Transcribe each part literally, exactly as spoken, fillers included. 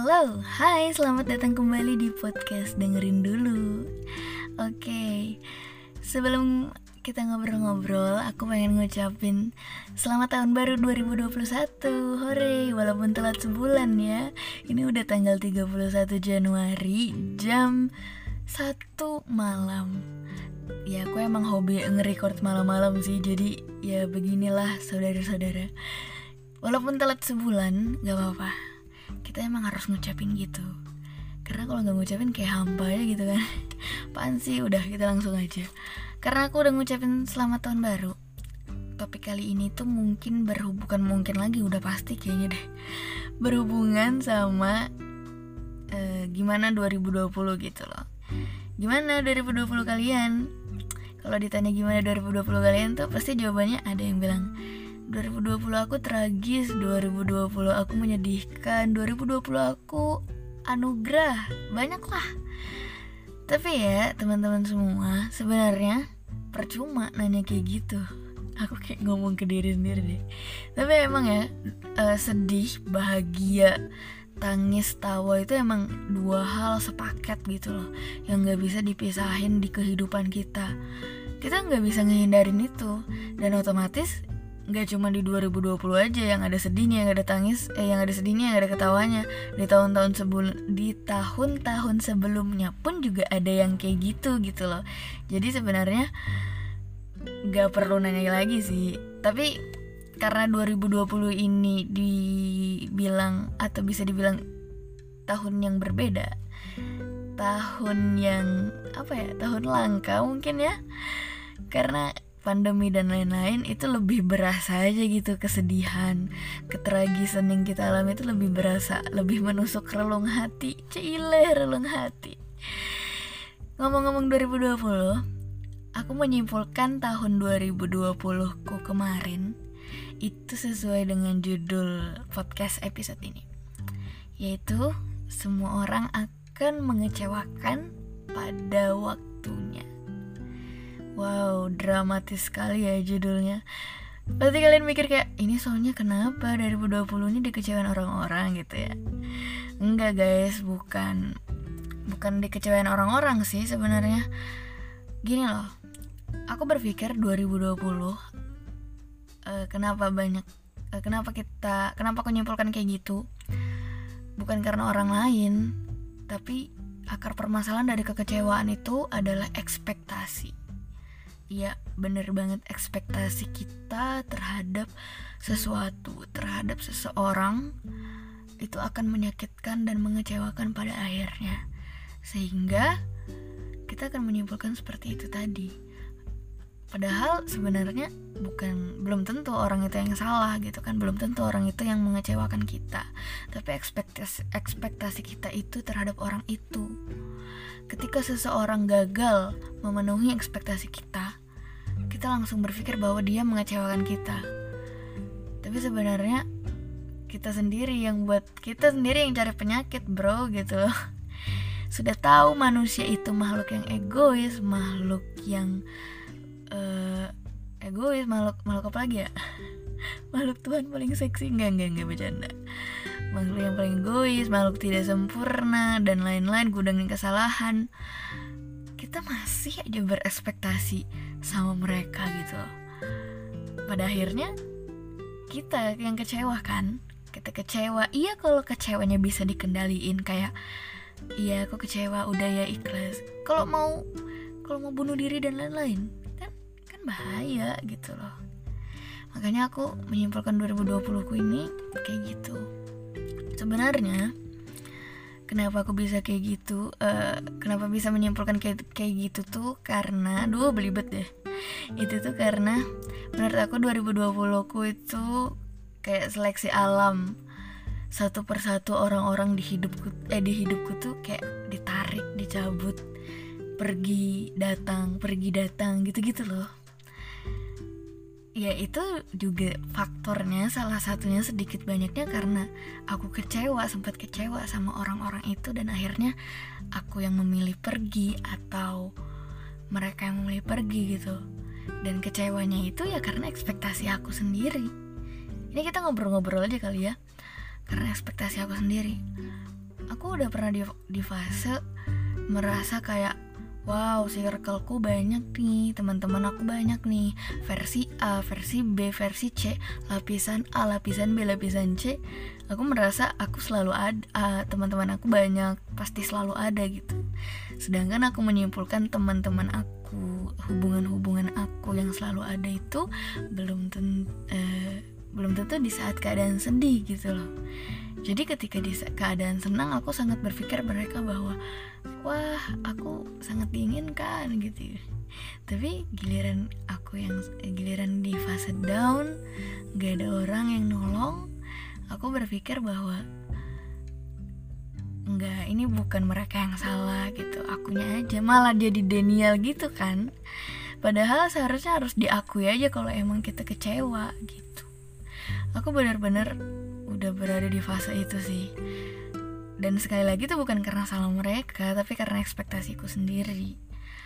Halo, hai, selamat datang kembali di podcast Dengerin Dulu. Oke, sebelum kita ngobrol-ngobrol, aku pengen ngucapin selamat tahun baru dua ribu dua puluh satu. Hore, walaupun telat sebulan ya. Ini udah tanggal tiga puluh satu Januari jam satu malam. Ya, aku emang hobi nge-record malam-malam sih. Jadi ya beginilah saudara-saudara. Walaupun telat sebulan, gak apa-apa. Kita emang harus ngucapin gitu. Karena kalau gak ngucapin kayak hampa aja gitu kan. Apaan sih, udah kita langsung aja. Karena aku udah ngucapin selamat tahun baru. Topik kali ini tuh mungkin berhubungan, mungkin lagi udah pasti kayaknya deh, berhubungan sama uh, gimana dua ribu dua puluh gitu loh. Gimana dua ribu dua puluh kalian? Kalau ditanya gimana dua ribu dua puluh kalian tuh pasti jawabannya ada yang bilang dua ribu dua puluh aku tragis, dua ribu dua puluh aku menyedihkan, dua ribu dua puluh aku anugerah. Banyak lah. Tapi ya teman-teman semua, sebenarnya percuma nanya kayak gitu. Aku kayak ngomong ke diri sendiri deh. Tapi emang ya uh, sedih, bahagia, tangis, tawa itu emang dua hal sepaket gitu loh, yang gak bisa dipisahin di kehidupan kita. Kita gak bisa ngehindarin itu. Dan otomatis gak cuma di dua ribu dua puluh aja yang ada sedihnya, yang ada tangis, eh yang ada sedihnya, yang ada ketawanya. Di tahun-tahun sebelum, di tahun-tahun sebelumnya pun juga ada yang kayak gitu gitu loh. Jadi sebenarnya gak perlu nanya lagi sih. Tapi karena dua ribu dua puluh ini dibilang atau bisa dibilang tahun yang berbeda, tahun yang apa ya, tahun langka mungkin ya, karena pandemi dan lain-lain, itu lebih berasa aja gitu kesedihan, ketragisan yang kita alami itu lebih berasa, lebih menusuk relung hati. Cile, relung hati. Ngomong-ngomong dua ribu dua puluh, aku menyimpulkan tahun dua ribu dua puluh ku kemarin itu sesuai dengan judul podcast episode ini, yaitu semua orang akan mengecewakan pada waktunya. Wow, dramatis sekali ya judulnya. Pasti kalian mikir kayak, ini soalnya kenapa dua ribu dua puluh ini dikecewain orang-orang gitu ya. Enggak guys, bukan Bukan dikecewain orang-orang sih sebenarnya. Gini loh, aku berpikir dua ribu dua puluh uh, Kenapa banyak uh, Kenapa kita Kenapa aku nyimpulkan kayak gitu, bukan karena orang lain, tapi akar permasalahan dari kekecewaan itu adalah ekspektasi. Iya, bener banget, ekspektasi kita terhadap sesuatu, terhadap seseorang itu akan menyakitkan dan mengecewakan pada akhirnya. Sehingga kita akan menyimpulkan seperti itu tadi. Padahal sebenarnya bukan, belum tentu orang itu yang salah gitu kan, belum tentu orang itu yang mengecewakan kita. Tapi ekspektasi, ekspektasi kita itu terhadap orang itu. Ketika seseorang gagal memenuhi ekspektasi kita, kita langsung berpikir bahwa dia mengecewakan kita. Tapi sebenarnya kita sendiri yang buat, kita sendiri yang cari penyakit bro gitu. Sudah tahu manusia itu makhluk yang egois, makhluk yang uh, egois, makhluk makhluk apa lagi ya? Makhluk Tuhan paling seksi, enggak enggak enggak bercanda. Makhluk yang paling egois, makhluk tidak sempurna dan lain-lain, gudang kesalahan. Kita masih aja berekspektasi sama mereka gitu. Pada akhirnya kita yang kecewa kan. Kita kecewa. Iya, kalau kecewanya bisa dikendaliin, kayak iya aku kecewa, udah ya ikhlas. Kalau mau kalau mau bunuh diri dan lain-lain kan kan bahaya gitu loh. Makanya aku menyimpulkan dua ribu dua puluh ku ini kayak gitu. Sebenarnya kenapa aku bisa kayak gitu, uh, kenapa bisa menyimpulkan kayak, kayak gitu tuh karena, aduh belibet deh. Itu tuh karena menurut aku dua ribu dua puluh ku itu kayak seleksi alam. Satu persatu orang-orang di hidupku, eh di hidupku tuh kayak ditarik, dicabut, pergi, datang, pergi, datang, gitu-gitu loh. Ya itu juga faktornya, salah satunya sedikit banyaknya karena aku kecewa, sempat kecewa sama orang-orang itu, dan akhirnya aku yang memilih pergi atau mereka yang memilih pergi gitu. Dan kecewanya itu ya karena ekspektasi aku sendiri. Ini kita ngobrol-ngobrol aja kali ya, karena ekspektasi aku sendiri. aku udah pernah di, di fase merasa kayak wow, circleku banyak nih, teman-teman aku banyak nih, versi A, versi B, versi C, lapisan A, lapisan B, lapisan C. Aku merasa aku selalu ada, teman-teman aku banyak, pasti selalu ada gitu. Sedangkan aku menyimpulkan teman-teman aku, hubungan-hubungan aku yang selalu ada itu belum tentu, eh, belum tentu di saat keadaan sedih gitu loh. Jadi ketika di keadaan senang, aku sangat berpikir mereka bahwa wah, aku sangat diinginkan gitu. Tapi giliran aku yang giliran di fase down, gak ada orang yang nolong, aku berpikir bahwa enggak, ini bukan mereka yang salah gitu, akunya aja, malah jadi denial gitu kan. Padahal seharusnya harus diakui aja kalau emang kita kecewa gitu. Aku benar-benar udah berada di fase itu sih. Dan sekali lagi itu bukan karena salah mereka, tapi karena ekspektasiku sendiri.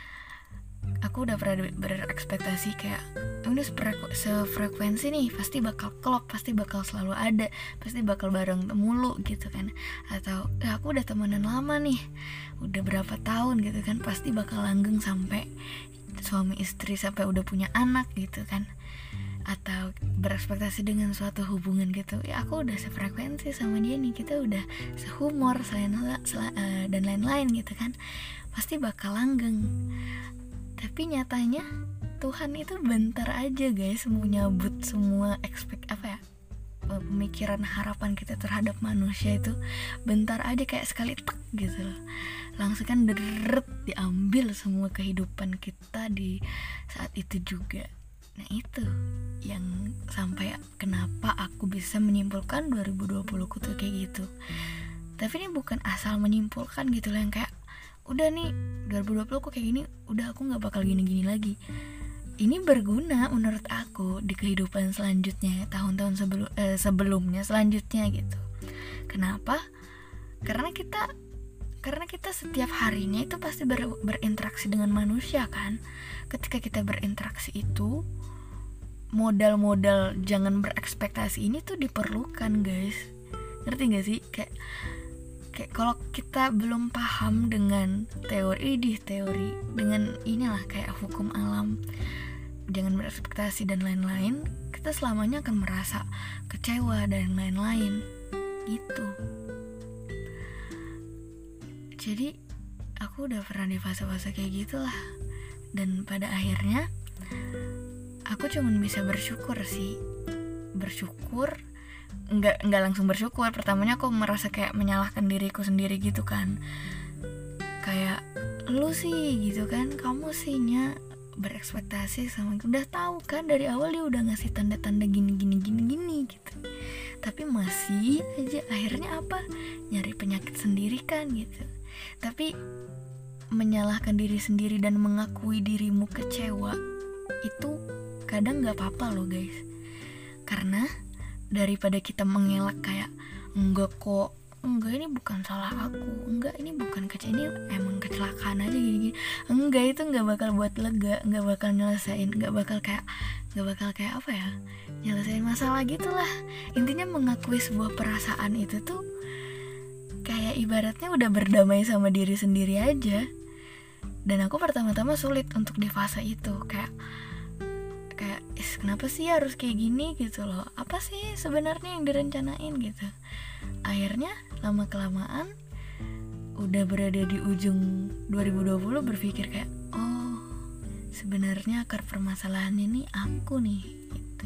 Aku udah pernah berekspektasi kayak ini sefrekuensi nih, pasti bakal klop, pasti bakal selalu ada, pasti bakal bareng mulu gitu kan. Atau ya aku udah temenan lama nih, udah berapa tahun gitu kan, pasti bakal langgeng sampai suami istri, sampai udah punya anak gitu kan. Atau berekspektasi dengan suatu hubungan gitu, ya aku udah sefrekuensi sama dia nih, kita udah sehumor selain, sel, uh, dan lain-lain gitu kan, pasti bakal langgeng. Tapi nyatanya Tuhan itu bentar aja guys mau nyabut semua expect apa ya pemikiran harapan kita terhadap manusia itu bentar aja, kayak sekali tek gitu loh, langsung kan deret diambil semua kehidupan kita di saat itu juga. Nah itu yang sampai kenapa aku bisa menyimpulkan dua ribu dua puluh ku tuh kayak gitu. Tapi ini bukan asal menyimpulkan gitu loh, yang kayak udah nih dua ribu dua puluh ku kayak gini, udah aku gak bakal gini-gini lagi. Ini berguna menurut aku di kehidupan selanjutnya, tahun-tahun sebelum, eh, sebelumnya selanjutnya gitu. Kenapa? Karena kita Karena kita setiap harinya itu pasti ber, berinteraksi dengan manusia kan. Ketika kita berinteraksi itu, modal-modal jangan berekspektasi ini tuh diperlukan guys. Ngerti gak sih? Kayak kayak kalau kita belum paham dengan teori di teori dengan inilah kayak hukum alam, jangan berekspektasi dan lain-lain, kita selamanya akan merasa kecewa dan lain-lain gitu. Jadi aku udah pernah di fase-fase kayak gitulah. Dan pada akhirnya aku cuman bisa bersyukur sih. Bersyukur Enggak, enggak langsung bersyukur. Pertamanya aku merasa kayak menyalahkan diriku sendiri gitu kan. Kayak lu sih gitu kan, kamu sih nya berekspektasi sama, udah tahu kan dari awal dia udah ngasih tanda-tanda gini gini gini gini gitu. Tapi masih aja akhirnya apa? Nyari penyakit sendiri kan gitu. Tapi menyalahkan diri sendiri dan mengakui dirimu kecewa itu kadang gak apa-apa loh guys. Karena daripada kita mengelak kayak enggak kok, enggak ini bukan salah aku, enggak ini bukan kecelakaan, ini emang kecelakaan aja gini-gini, enggak, itu gak bakal buat lega, gak bakal nyelesain, gak bakal kayak gak bakal kayak apa ya, nyelesain masalah gitulah. Intinya mengakui sebuah perasaan itu tuh kayak ibaratnya udah berdamai sama diri sendiri aja. Dan aku pertama-tama sulit untuk di fase itu, kayak kayak is, kenapa sih harus kayak gini gitu loh, apa sih sebenarnya yang direncanain gitu. Akhirnya lama kelamaan udah berada di ujung dua ribu dua puluh berpikir kayak oh sebenarnya akar permasalahan ini aku nih gitu.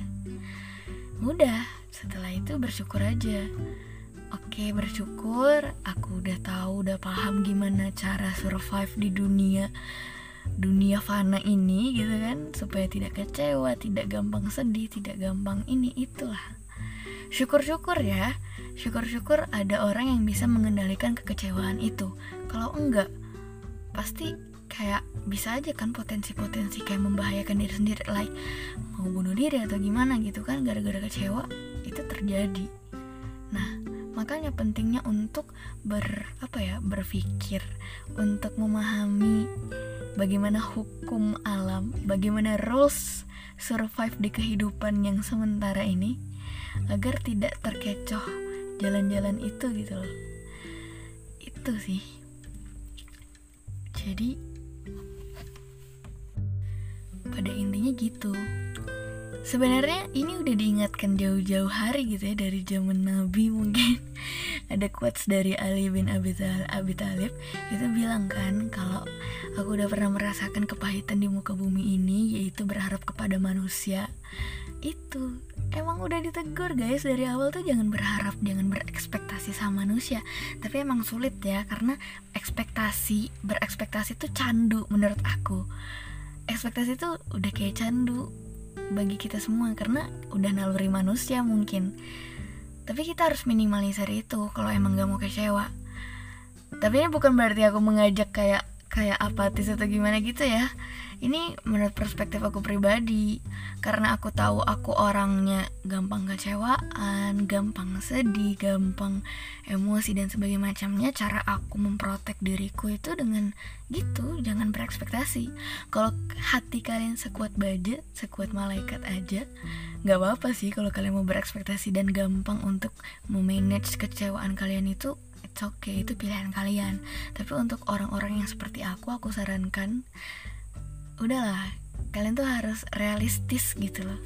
Udah setelah itu bersyukur aja. Oke, bersyukur aku udah tahu, udah paham gimana cara survive di dunia dunia fana ini gitu kan, supaya tidak kecewa, tidak gampang sedih, tidak gampang ini itulah. Syukur-syukur ya, syukur-syukur ada orang yang bisa mengendalikan kekecewaan itu. Kalau enggak, pasti kayak bisa aja kan potensi-potensi kayak membahayakan diri sendiri, like mau bunuh diri atau gimana gitu kan, gara-gara kecewa itu terjadi. Nah, makanya pentingnya untuk ber apa ya berpikir, untuk memahami bagaimana hukum alam, bagaimana rules survive di kehidupan yang sementara ini, agar tidak terkecoh jalan-jalan itu gitu loh. itu sih. Jadi pada intinya gitu. Sebenarnya ini udah diingatkan jauh-jauh hari gitu ya, dari zaman Nabi mungkin. Ada quotes dari Ali bin Abi Thalib, Abi Thalib itu bilang kan, kalau aku udah pernah merasakan kepahitan di muka bumi ini, yaitu berharap kepada manusia. Itu emang udah ditegur guys dari awal tuh, jangan berharap, jangan berekspektasi sama manusia. Tapi emang sulit ya, karena ekspektasi, berekspektasi tuh candu menurut aku. Ekspektasi tuh udah kayak candu bagi kita semua, karena udah naluri manusia mungkin. Tapi kita harus minimalisir itu kalau emang gak mau kecewa. Tapi ini bukan berarti aku mengajak kayak kayak apatis atau gimana gitu ya. Ini menurut perspektif aku pribadi, karena aku tahu aku orangnya gampang kecewaan, gampang sedih, gampang emosi dan sebagainya macamnya. Cara aku memprotek diriku itu dengan gitu, jangan berekspektasi. Kalau hati kalian sekuat baja, sekuat malaikat aja, gak apa-apa sih kalau kalian mau berekspektasi dan gampang untuk memanage kecewaan kalian itu. It's okay, itu pilihan kalian. Tapi untuk orang-orang yang seperti aku, aku sarankan udahlah, kalian tuh harus realistis gitu loh.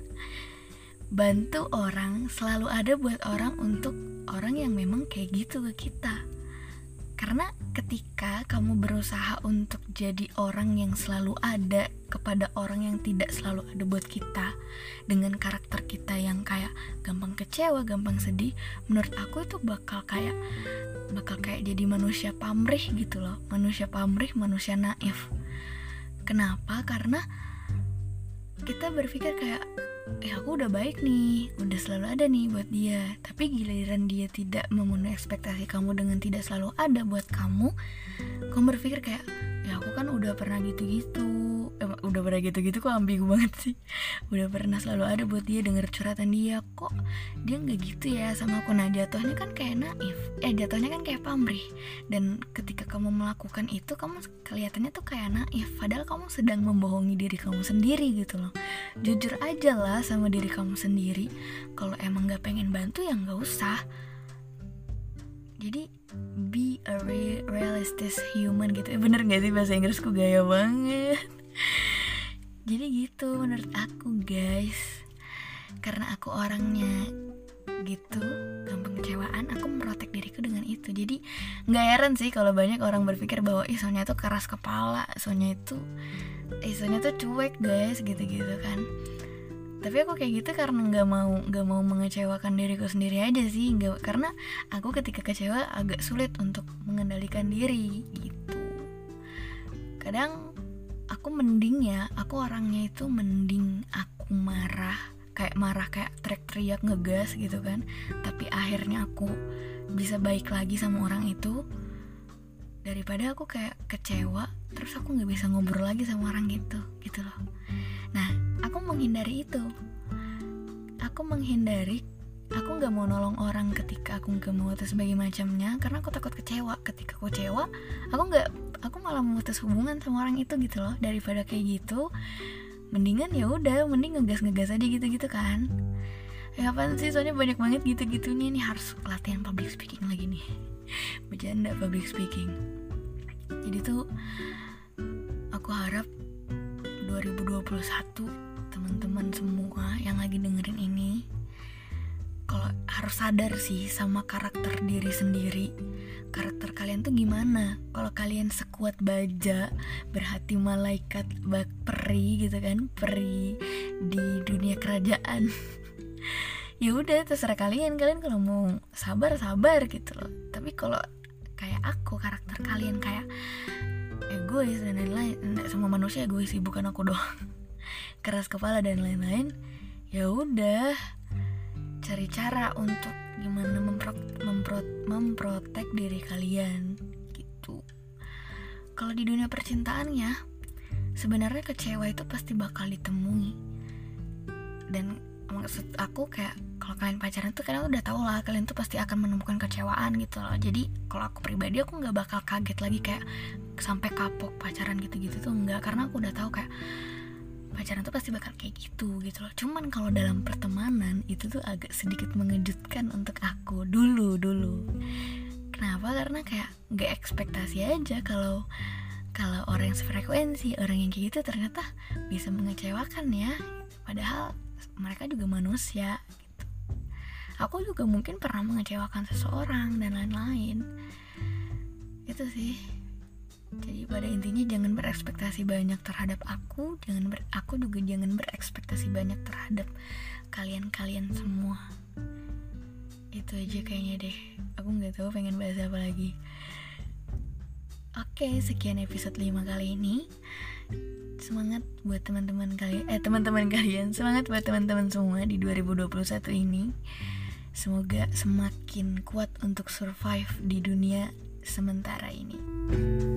Bantu orang, selalu ada buat orang, untuk orang yang memang kayak gitu ke kita. Karena ketika kamu berusaha untuk jadi orang yang selalu ada kepada orang yang tidak selalu ada buat kita, dengan karakter kita yang kayak gampang kecewa, gampang sedih, menurut aku itu bakal kayak bakal kayak jadi manusia pamrih gitu loh. Manusia pamrih, manusia naif. Kenapa? Karena kita berpikir kayak, eh aku udah baik nih, udah selalu ada nih buat dia. Tapi giliran dia tidak memenuhi ekspektasi kamu dengan tidak selalu ada buat kamu, kamu berpikir kayak, ya aku kan udah pernah gitu-gitu. Eh, udah pernah gitu-gitu kok ambigu banget sih. Udah pernah selalu ada buat dia, denger curhatan dia, kok dia gak gitu ya sama aku. Nah jatuhnya kan kayak naif, eh jatuhnya kan kayak pamrih. Dan ketika kamu melakukan itu, kamu kelihatannya tuh kayak naif, padahal kamu sedang membohongi diri kamu sendiri gitu loh. Jujur aja lah sama diri kamu sendiri. Kalau emang gak pengen bantu ya gak usah. Jadi be a re- realistic human gitu. Eh, bener gak sih bahasa Inggrisku gaya banget. Jadi gitu menurut aku guys. Karena aku orangnya gitu, gampang kecewaan, aku memprotek diriku dengan itu. Jadi gak heran sih kalau banyak orang berpikir bahwa ih Sonya tuh keras kepala, Sonya itu eh Sonya tuh cuek guys, gitu-gitu kan. Tapi aku kayak gitu karena gak mau gak mau mengecewakan diriku sendiri aja sih. Gak, karena aku ketika kecewa agak sulit untuk mengendalikan diri gitu. Kadang aku mending ya, aku orangnya itu mending aku marah, kayak marah kayak teriak-teriak ngegas gitu kan, tapi akhirnya aku bisa baik lagi sama orang itu, daripada aku kayak kecewa terus aku nggak bisa ngobrol lagi sama orang gitu gitu loh. Nah aku menghindari itu, aku menghindari aku nggak mau nolong orang ketika aku nggak mau atau sebagainya macamnya, karena aku takut kecewa. Ketika aku kecewa aku nggak aku malah memutus hubungan sama orang itu gitu loh. Daripada kayak gitu, mendingan ya udah, mending ngegas-ngegas aja gitu-gitu kan. Ya apaan sih, soalnya banyak banget gitu-gitunya nih. Harus latihan public speaking lagi nih. Bercanda public speaking. Jadi tuh aku harap dua ribu dua puluh satu teman-teman semua yang lagi dengerin ini, kalau harus sadar sih sama karakter diri sendiri. Karakter kalian tuh gimana? Kalau kalian sekuat baja, berhati malaikat, bak peri gitu kan, peri di dunia kerajaan. Ya udah terserah kalian, kalian kalau mau sabar sabar gitu loh. Tapi kalau kayak aku, karakter kalian kayak egois dan lain-lain, sama manusia egois sih, bukan aku doang. Keras kepala dan lain-lain. Ya udah, cari cara untuk gimana mempro- mempro- memprotek diri kalian gitu. Kalau di dunia percintaan ya, sebenarnya kecewa itu pasti bakal ditemui. Dan maksud aku kayak kalau kalian pacaran tuh kalian udah tau lah, kalian tuh pasti akan menemukan kecewaan gitu loh. Jadi kalau aku pribadi, aku nggak bakal kaget lagi kayak sampai kapok pacaran gitu-gitu tuh enggak, karena aku udah tahu kayak pacaran tuh pasti bakal kayak gitu gitu loh. Cuman kalau dalam pertemanan itu tuh agak sedikit mengejutkan untuk aku dulu dulu. Kenapa? Karena kayak gak ekspektasi aja kalau kalau orang yang sefrekuensi, orang yang kayak gitu ternyata bisa mengecewakan ya. Padahal mereka juga manusia gitu. Aku juga mungkin pernah mengecewakan seseorang dan lain-lain. Itu sih. Jadi pada intinya jangan berekspektasi banyak terhadap aku, jangan ber, aku juga jangan berekspektasi banyak terhadap kalian-kalian semua. Itu aja kayaknya deh. Aku nggak tahu pengen bahas apa lagi. Oke, sekian episode lima kali ini. Semangat buat teman-teman kalian, eh teman-teman kalian, semangat buat teman-teman semua di dua ribu dua puluh satu ini. Semoga semakin kuat untuk survive di dunia sementara ini.